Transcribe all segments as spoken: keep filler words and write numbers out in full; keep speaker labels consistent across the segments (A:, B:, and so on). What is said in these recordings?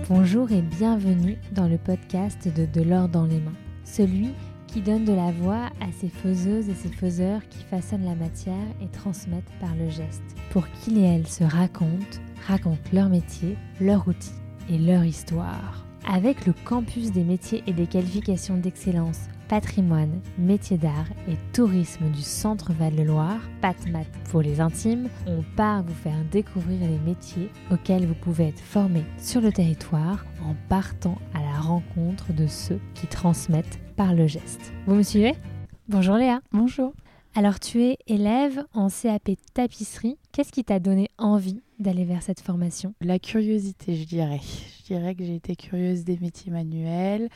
A: Bonjour et bienvenue dans le podcast de De l'or dans les mains. Celui qui donne de la voix à ces faiseuses et ces faiseurs qui façonnent la matière et transmettent par le geste. Pour qu'ils et elles se racontent, racontent leur métier, leur outil et leur histoire. Avec le campus des métiers et des qualifications d'excellence, patrimoine, métiers d'art et tourisme du Centre Val-de-Loire, PatMat pour les intimes, on part vous faire découvrir les métiers auxquels vous pouvez être formés sur le territoire en partant à la rencontre de ceux qui transmettent par le geste. Vous me suivez ? Bonjour Léa.
B: Bonjour.
A: Alors tu es élève en C A P tapisserie. Qu'est-ce qui t'a donné envie d'aller vers cette formation ?
B: La curiosité, je dirais. Je dirais que j'ai été curieuse des métiers manuels,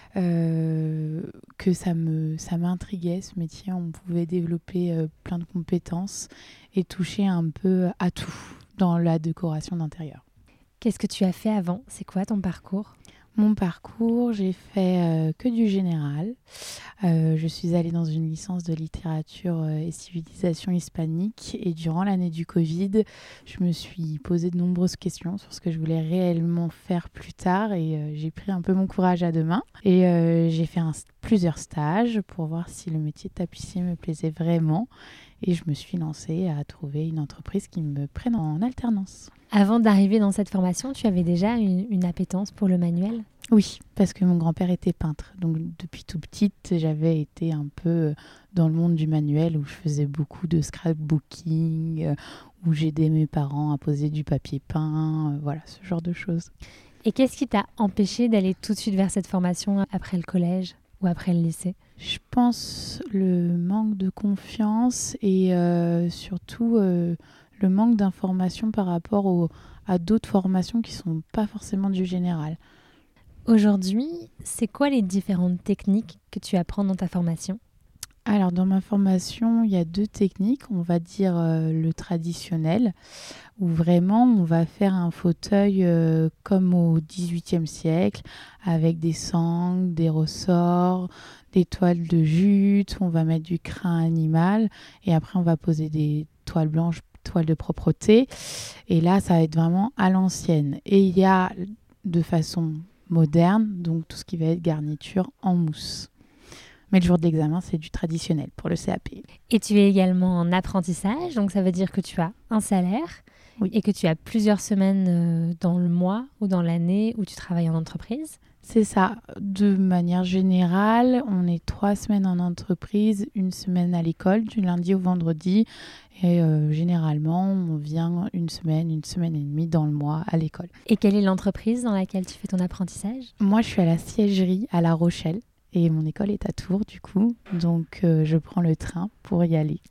B: euh, que ça me, ça m'intriguait ce métier. On pouvait développer euh, plein de compétences et toucher un peu à tout dans la décoration d'intérieur.
A: Qu'est-ce que tu as fait avant ? C'est quoi ton parcours ?
B: Mon parcours, j'ai fait euh, que du général. Euh, je suis allée dans une licence de littérature euh, et civilisation hispanique et durant l'année du Covid, je me suis posé de nombreuses questions sur ce que je voulais réellement faire plus tard et euh, j'ai pris un peu mon courage à deux mains et euh, j'ai fait un, plusieurs stages pour voir si le métier de tapissier me plaisait vraiment et je me suis lancée à trouver une entreprise qui me prenne en alternance.
A: Avant d'arriver dans cette formation, tu avais déjà une, une appétence pour le manuel ?
B: Oui, parce que mon grand-père était peintre. Donc depuis tout petite, j'avais été un peu dans le monde du manuel où je faisais beaucoup de scrapbooking, euh, où j'aidais mes parents à poser du papier peint, euh, voilà, ce genre de choses.
A: Et qu'est-ce qui t'a empêché d'aller tout de suite vers cette formation après le collège ou après le lycée ?
B: Je pense le manque de confiance et euh, surtout euh, le manque d'informations par rapport au, à d'autres formations qui ne sont pas forcément du général.
A: Aujourd'hui, c'est quoi les différentes techniques que tu apprends dans ta formation ?
B: Alors, dans ma formation, il y a deux techniques. On va dire euh, le traditionnel, où vraiment on va faire un fauteuil euh, comme au dix-huitième siècle, avec des sangles, des ressorts, des toiles de jute, on va mettre du crin animal, et après on va poser des toiles blanches, toiles de propreté. Et là, ça va être vraiment à l'ancienne. Et il y a de façon moderne, donc tout ce qui va être garniture en mousse. Mais le jour de l'examen, c'est du traditionnel pour le C A P.
A: Et tu es également en apprentissage, donc ça veut dire que tu as un salaire
B: Oui.
A: et que tu as plusieurs semaines dans le mois ou dans l'année où tu travailles en entreprise.
B: C'est ça. De manière générale, on est trois semaines en entreprise, une semaine à l'école, du lundi au vendredi. Et euh, généralement, on vient une semaine, une semaine et demie dans le mois à l'école.
A: Et quelle est l'entreprise dans laquelle tu fais ton apprentissage ?
B: Moi, je suis à la siègerie à La Rochelle. Et mon école est à Tours, du coup. Donc, euh, je prends le train pour y aller.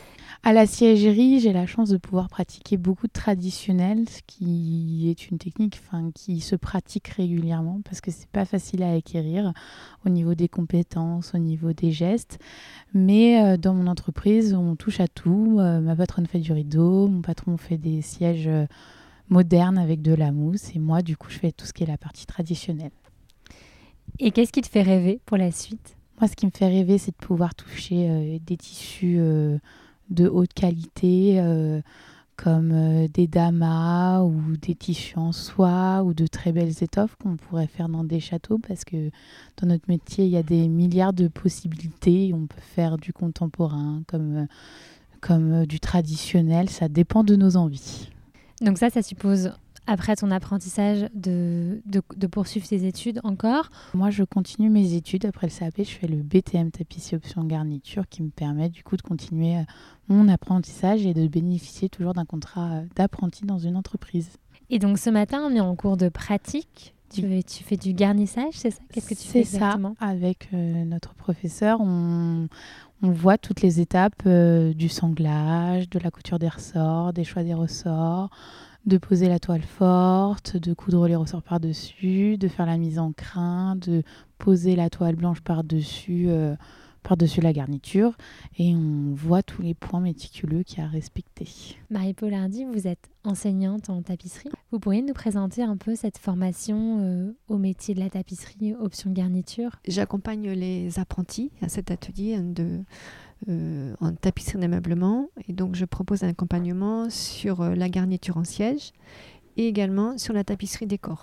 B: À la siègerie, j'ai la chance de pouvoir pratiquer beaucoup de traditionnel, ce qui est une technique enfin, qui se pratique régulièrement parce que c'est pas facile à acquérir au niveau des compétences, au niveau des gestes. Mais euh, dans mon entreprise, on touche à tout. Euh, ma patronne fait du rideau, mon patron fait des sièges euh, modernes avec de la mousse. Et moi, du coup, je fais tout ce qui est la partie traditionnelle.
A: Et qu'est-ce qui te fait rêver pour la suite ?
B: Moi, ce qui me fait rêver, c'est de pouvoir toucher euh, des tissus euh, de haute qualité, euh, comme euh, des damas ou des tissus en soie ou de très belles étoffes qu'on pourrait faire dans des châteaux parce que dans notre métier, il y a des milliards de possibilités. On peut faire du contemporain comme, euh, comme euh, du traditionnel. Ça dépend de nos envies.
A: Donc ça, ça suppose... Après ton apprentissage, de, de, de poursuivre tes études encore ?
B: Moi, je continue mes études. Après le C A P, je fais le B T M tapissier option garniture qui me permet du coup de continuer mon apprentissage et de bénéficier toujours d'un contrat d'apprenti dans une entreprise.
A: Et donc ce matin, on est en cours de pratique. Tu, oui. tu fais du garnissage, c'est ça ? Qu'est-ce que tu
B: c'est
A: fais exactement ?
B: C'est ça. Avec euh, notre professeur, on, on voit toutes les étapes euh, du sanglage, de la couture des ressorts, des choix des ressorts, de poser la toile forte, de coudre les ressorts par-dessus, de faire la mise en crin, de poser la toile blanche par-dessus, euh, par-dessus la garniture. Et on voit tous les points méticuleux qu'il y a à respecter.
A: Marie-Paule Hardy, vous êtes enseignante en tapisserie. Vous pourriez nous présenter un peu cette formation euh, au métier de la tapisserie, option garniture ?
C: J'accompagne les apprentis à cet atelier de... Euh, en tapisserie d'ameublement et donc je propose un accompagnement sur euh, la garniture en siège et également sur la tapisserie décor.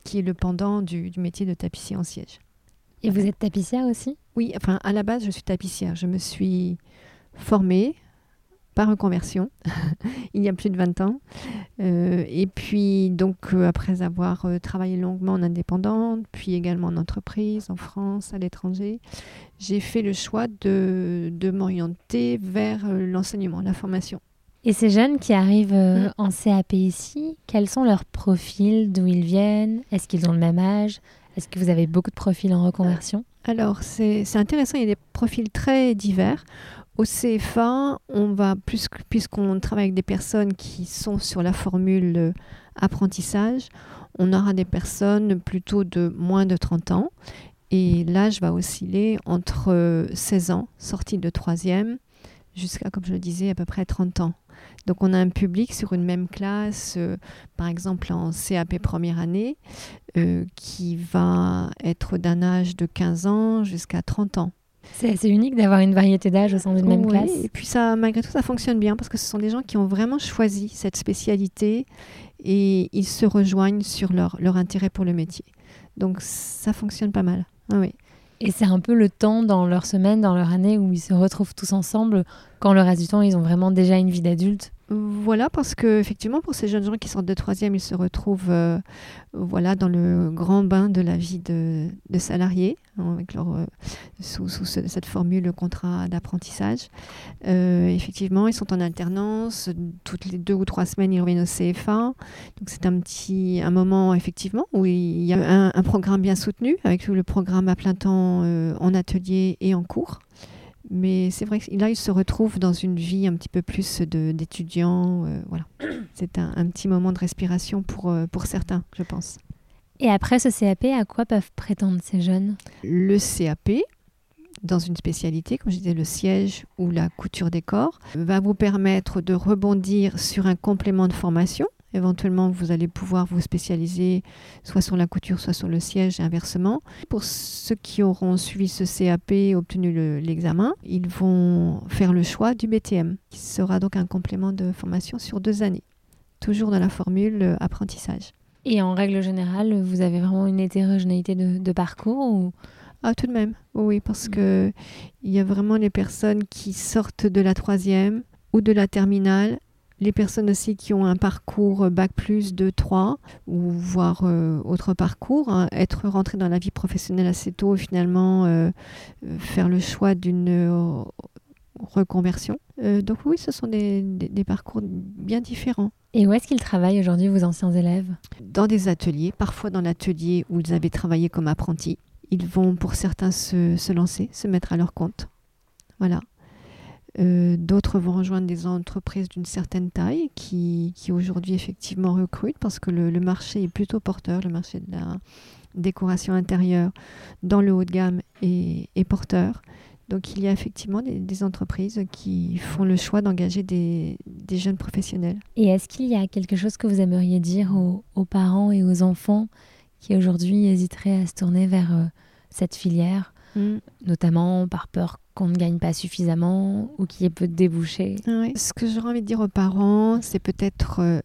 C: qui est le pendant du, du métier de tapissier en siège.
A: Et vous êtes tapissière aussi ?
C: Oui, enfin, à la base, je suis tapissière. Je me suis formée par reconversion, il y a plus de vingt ans. Euh, et puis, donc, euh, après avoir euh, travaillé longuement en indépendante, puis également en entreprise, en France, à l'étranger, j'ai fait le choix de, de m'orienter vers euh, l'enseignement, la formation.
A: Et ces jeunes qui arrivent euh, mmh. en C A P ici, quels sont leurs profils, d'où ils viennent ? Est-ce qu'ils ont le même âge ? Est-ce que vous avez beaucoup de profils en reconversion ?
C: Alors, c'est, c'est intéressant, il y a des profils très divers. Au C F A, on va plus, puisqu'on travaille avec des personnes qui sont sur la formule euh, apprentissage, on aura des personnes plutôt de moins de trente ans. Et l'âge va osciller entre seize ans, sortie de troisième, jusqu'à, comme je le disais, à peu près trente ans. Donc on a un public sur une même classe, euh, par exemple en C A P première année, euh, qui va être d'un âge de quinze ans jusqu'à trente ans.
A: C'est assez unique d'avoir une variété d'âge au sein d'une même
C: oui,
A: classe.
C: Et puis ça, malgré tout, ça fonctionne bien parce que ce sont des gens qui ont vraiment choisi cette spécialité et ils se rejoignent sur leur, leur intérêt pour le métier. Donc ça fonctionne pas mal. Ah, oui.
A: Et c'est un peu le temps dans leur semaine, dans leur année où ils se retrouvent tous ensemble, quand le reste du temps, ils ont vraiment déjà une vie d'adulte.
C: Voilà, parce que effectivement, pour ces jeunes gens qui sortent de troisième, ils se retrouvent euh, voilà, dans le grand bain de la vie de, de salariés, hein, avec leur, euh, sous, sous ce, cette formule contrat d'apprentissage. Euh, effectivement, ils sont en alternance. Toutes les deux ou trois semaines, ils reviennent au C F A. Donc, c'est un petit un moment, effectivement, où il y a un, un programme bien soutenu, avec le programme à plein temps euh, en atelier et en cours. Mais c'est vrai que là, ils se retrouvent dans une vie un petit peu plus de, d'étudiants. Euh, voilà. C'est un, un petit moment de respiration pour, euh, pour certains, je pense.
A: Et après ce C A P, à quoi peuvent prétendre ces jeunes ?
C: Le C A P, dans une spécialité, comme je disais, le siège ou la couture décor, va vous permettre de rebondir sur un complément de formation. Éventuellement, vous allez pouvoir vous spécialiser soit sur la couture, soit sur le siège et inversement. Pour ceux qui auront suivi ce C A P et obtenu le, l'examen, ils vont faire le choix du B T M, qui sera donc un complément de formation sur deux années, toujours dans la formule apprentissage.
A: Et en règle générale, vous avez vraiment une hétérogénéité de, de parcours ou...
C: Ah, tout de même, oui, parce qu'il y a vraiment les personnes qui sortent de la troisième ou de la terminale. Les personnes aussi qui ont un parcours bac plus deux trois ou voire euh, autre parcours, hein, être rentré dans la vie professionnelle assez tôt et finalement euh, faire le choix d'une euh, reconversion. Euh, donc oui, ce sont des, des, des parcours bien différents.
A: Et où est-ce qu'ils travaillent aujourd'hui, vos anciens élèves ?
C: Dans des ateliers, parfois dans l'atelier où ils avaient travaillé comme apprentis. Ils vont pour certains se, se lancer, se mettre à leur compte. Voilà. Euh, d'autres vont rejoindre des entreprises d'une certaine taille qui, qui aujourd'hui effectivement recrutent parce que le, le marché est plutôt porteur, le marché de la décoration intérieure dans le haut de gamme est, est porteur. Donc il y a effectivement des, des entreprises qui font le choix d'engager des, des jeunes professionnels.
A: Et est-ce qu'il y a quelque chose que vous aimeriez dire aux, aux parents et aux enfants qui aujourd'hui hésiteraient à se tourner vers euh, cette filière, mmh. notamment par peur qu'on ne gagne pas suffisamment ou qu'il y ait peu de débouchés.
C: Oui. Ce que j'aurais envie de dire aux parents, c'est peut-être euh,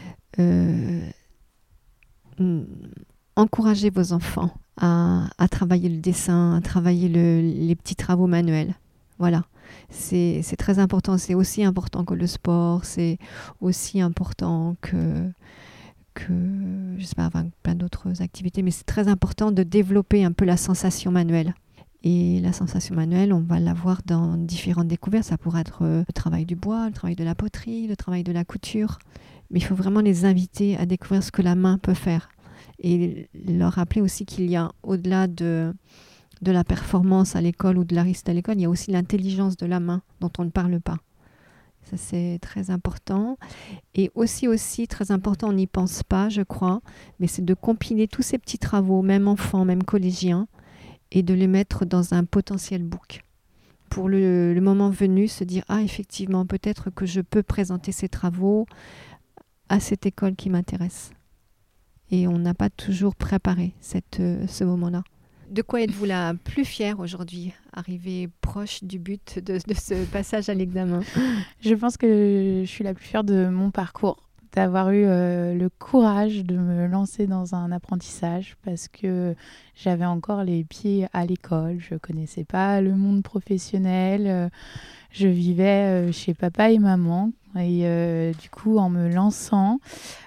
C: euh, encourager vos enfants à, à travailler le dessin, à travailler le, les petits travaux manuels. Voilà. C'est, c'est très important. C'est aussi important que le sport. C'est aussi important que, que je sais pas, enfin, plein d'autres activités. Mais c'est très important de développer un peu la sensation manuelle. Et la sensation manuelle, on va l'avoir dans différentes découvertes. Ça pourrait être le travail du bois, le travail de la poterie, le travail de la couture. Mais il faut vraiment les inviter à découvrir ce que la main peut faire. Et leur rappeler aussi qu'il y a, au-delà de, de la performance à l'école ou de la réussite à l'école, il y a aussi l'intelligence de la main dont on ne parle pas. Ça, c'est très important. Et aussi, aussi très important, on n'y pense pas, je crois, mais c'est de compiler tous ces petits travaux, même enfants, même collégiens, et de les mettre dans un potentiel book. Pour le, le moment venu, se dire « Ah, effectivement, peut-être que je peux présenter ces travaux à cette école qui m'intéresse. » Et on n'a pas toujours préparé cette, euh, ce moment-là. De quoi êtes-vous la plus fière aujourd'hui, arrivée proche du but de, de ce passage à l'examen ?
B: Je pense que je suis la plus fière de mon parcours, d'avoir eu euh, le courage de me lancer dans un apprentissage parce que j'avais encore les pieds à l'école. Je ne connaissais pas le monde professionnel. Euh, je vivais euh, chez papa et maman. Et euh, du coup, en me lançant,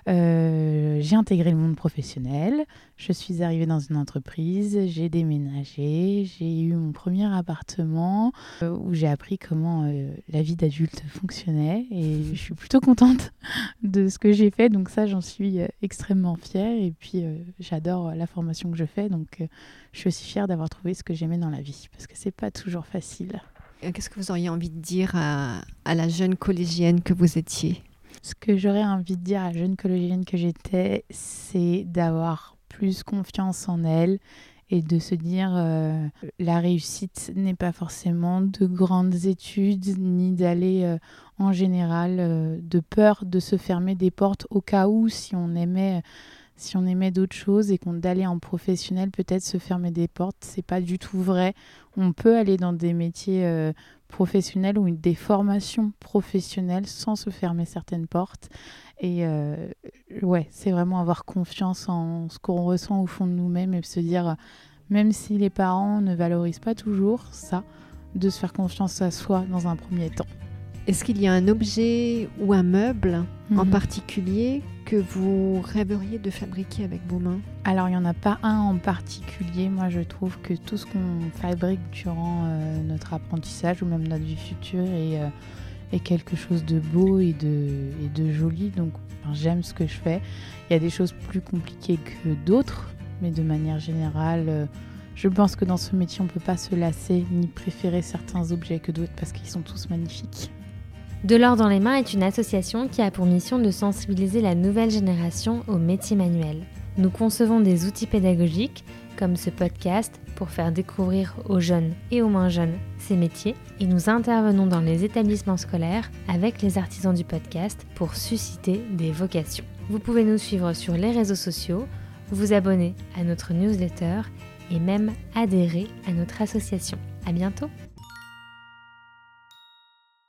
B: euh, j'ai intégré le monde professionnel. Je suis arrivée dans une entreprise, j'ai déménagé, j'ai eu mon premier appartement euh, où j'ai appris comment euh, la vie d'adulte fonctionnait. Et je suis plutôt contente de ce que j'ai fait. Donc ça, j'en suis euh, extrêmement fière. Et puis, euh, j'adore la formation que je fais. Donc, euh, je suis aussi fière d'avoir trouvé ce que j'aimais dans la vie parce que c'est pas toujours facile.
C: Qu'est-ce que vous auriez envie de dire à, à la jeune collégienne que vous étiez ?
B: Ce que j'aurais envie de dire à la jeune collégienne que j'étais, c'est d'avoir plus confiance en elle et de se dire euh, la réussite n'est pas forcément de grandes études ni d'aller euh, en général euh, de peur de se fermer des portes au cas où si on aimait... Si on aimait d'autres choses et qu'on d'aller en professionnel, peut-être se fermer des portes, c'est pas du tout vrai. On peut aller dans des métiers euh, professionnels ou des formations professionnelles sans se fermer certaines portes. Et euh, ouais, c'est vraiment avoir confiance en ce qu'on ressent au fond de nous-mêmes et se dire, même si les parents ne valorisent pas toujours ça, de se faire confiance à soi dans un premier temps.
C: Est-ce qu'il y a un objet ou un meuble mmh. en particulier que vous rêveriez de fabriquer avec vos mains ?
B: Alors, il n'y en a pas un en particulier. Moi, je trouve que tout ce qu'on fabrique durant euh, notre apprentissage ou même notre vie future est, euh, est quelque chose de beau et de, et de joli. Donc, enfin, j'aime ce que je fais. Il y a des choses plus compliquées que d'autres, mais de manière générale... Euh, Je pense que dans ce métier, on ne peut pas se lasser ni préférer certains objets que d'autres parce qu'ils sont tous magnifiques.
A: De l'or dans les mains est une association qui a pour mission de sensibiliser la nouvelle génération aux métiers manuels. Nous concevons des outils pédagogiques, comme ce podcast, pour faire découvrir aux jeunes et aux moins jeunes ces métiers, et nous intervenons dans les établissements scolaires avec les artisans du podcast pour susciter des vocations. Vous pouvez nous suivre sur les réseaux sociaux, vous abonner à notre newsletter et même adhérer à notre association. À bientôt!